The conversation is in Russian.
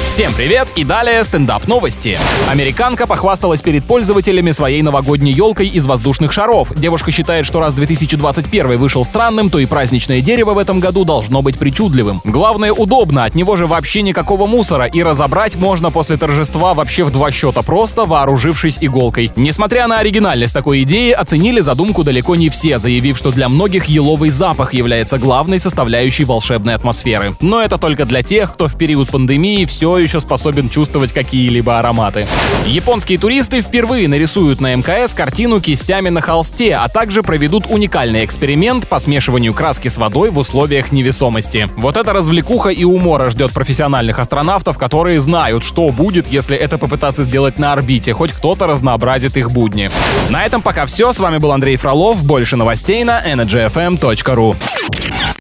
Всем привет и далее стендап-новости. Американка похвасталась перед пользователями своей новогодней елкой из воздушных шаров. Девушка считает, что раз 2021 вышел странным, то и праздничное дерево в этом году должно быть причудливым. Главное, удобно, от него же вообще никакого мусора, и разобрать можно после торжества вообще в 2 счета, просто вооружившись иголкой. Несмотря на оригинальность такой идеи, оценили задумку далеко не все, заявив, что для многих еловый запах является главной составляющей волшебной атмосферы. Но это только для тех, кто в период пандемии все еще способен чувствовать какие-либо ароматы. Японские туристы впервые нарисуют на МКС картину кистями на холсте, а также проведут уникальный эксперимент по смешиванию краски с водой в условиях невесомости. Вот эта развлекуха и умора ждет профессиональных астронавтов, которые знают, что будет, если это попытаться сделать на орбите, хоть кто-то разнообразит их будни. На этом пока все. С вами был Андрей Фролов. Больше новостей на energyfm.ru.